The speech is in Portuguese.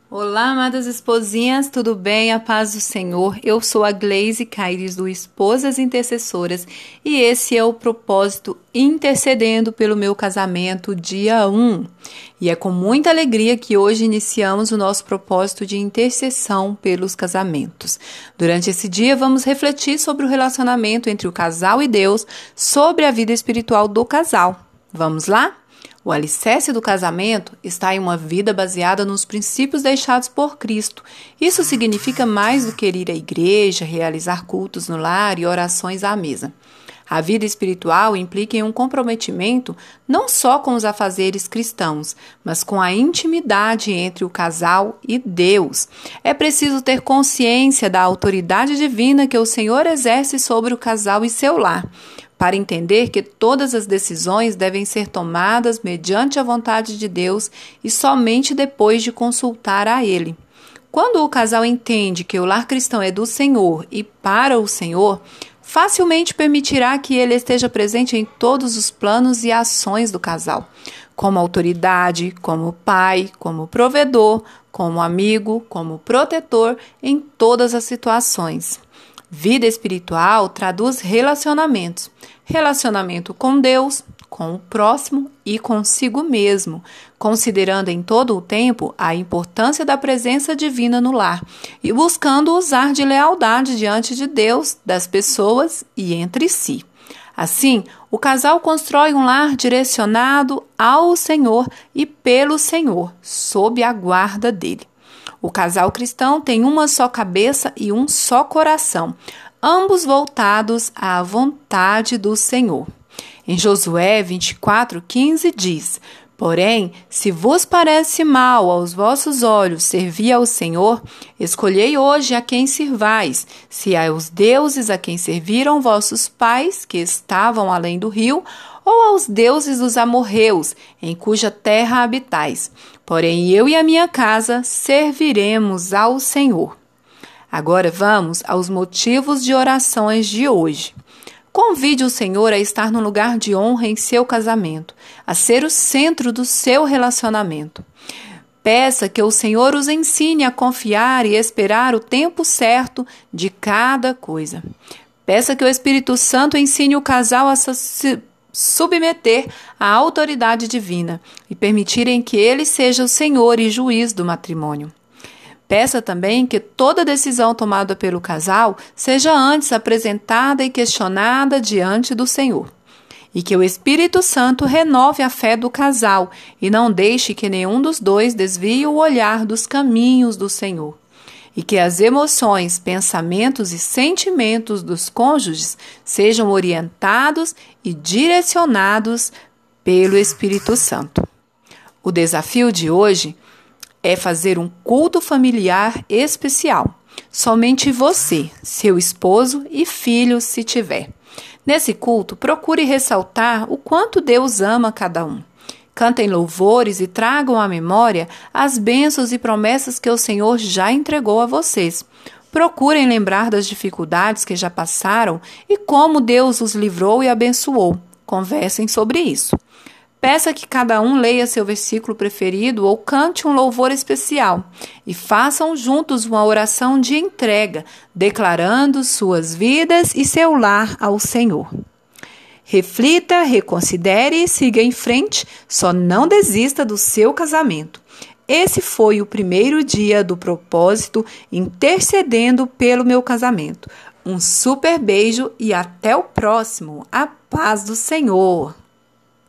Olá, amadas esposinhas, tudo bem? A paz do Senhor. Eu sou a Gleise Caires do Esposas Intercessoras e esse é o propósito Intercedendo pelo Meu Casamento, dia 1. E é com muita alegria que hoje iniciamos o nosso propósito de intercessão pelos casamentos. Durante esse dia, vamos refletir sobre o relacionamento entre o casal e Deus, sobre a vida espiritual do casal. Vamos lá? O alicerce do casamento está em uma vida baseada nos princípios deixados por Cristo. Isso significa mais do que ir à igreja, realizar cultos no lar e orações à mesa. A vida espiritual implica em um comprometimento não só com os afazeres cristãos, mas com a intimidade entre o casal e Deus. É preciso ter consciência da autoridade divina que o Senhor exerce sobre o casal e seu lar, para entender que todas as decisões devem ser tomadas mediante a vontade de Deus e somente depois de consultar a Ele. Quando o casal entende que o lar cristão é do Senhor e para o Senhor, facilmente permitirá que Ele esteja presente em todos os planos e ações do casal, como autoridade, como pai, como provedor, como amigo, como protetor, em todas as situações. Vida espiritual traduz relacionamentos. Relacionamento com Deus, com o próximo e consigo mesmo, considerando em todo o tempo a importância da presença divina no lar e buscando usar de lealdade diante de Deus, das pessoas e entre si. Assim, o casal constrói um lar direcionado ao Senhor e pelo Senhor, sob a guarda dele. O casal cristão tem uma só cabeça e um só coração, ambos voltados à vontade do Senhor. Em Josué 24:15 diz: Porém, se vos parece mal aos vossos olhos servir ao Senhor, escolhei hoje a quem sirvais, se aos deuses a quem serviram vossos pais, que estavam além do rio, ou aos deuses dos amorreus, em cuja terra habitais. Porém, eu e a minha casa serviremos ao Senhor. Agora vamos aos motivos de orações de hoje. Convide o Senhor a estar no lugar de honra em seu casamento, a ser o centro do seu relacionamento. Peça que o Senhor os ensine a confiar e esperar o tempo certo de cada coisa. Peça que o Espírito Santo ensine o casal a se submeter à autoridade divina e permitirem que ele seja o Senhor e juiz do matrimônio. Peça também que toda decisão tomada pelo casal seja antes apresentada e questionada diante do Senhor. E que o Espírito Santo renove a fé do casal e não deixe que nenhum dos dois desvie o olhar dos caminhos do Senhor. E que as emoções, pensamentos e sentimentos dos cônjuges sejam orientados e direcionados pelo Espírito Santo. O desafio de hoje é fazer um culto familiar especial. Somente você, seu esposo e filhos, se tiver. Nesse culto, procure ressaltar o quanto Deus ama cada um. Cantem louvores e tragam à memória as bênçãos e promessas que o Senhor já entregou a vocês. Procurem lembrar das dificuldades que já passaram e como Deus os livrou e abençoou. Conversem sobre isso. Peça que cada um leia seu versículo preferido ou cante um louvor especial e façam juntos uma oração de entrega, declarando suas vidas e seu lar ao Senhor. Reflita, reconsidere e siga em frente, só não desista do seu casamento. Esse foi o primeiro dia do propósito Intercedendo pelo Meu Casamento. Um super beijo e até o próximo. A paz do Senhor!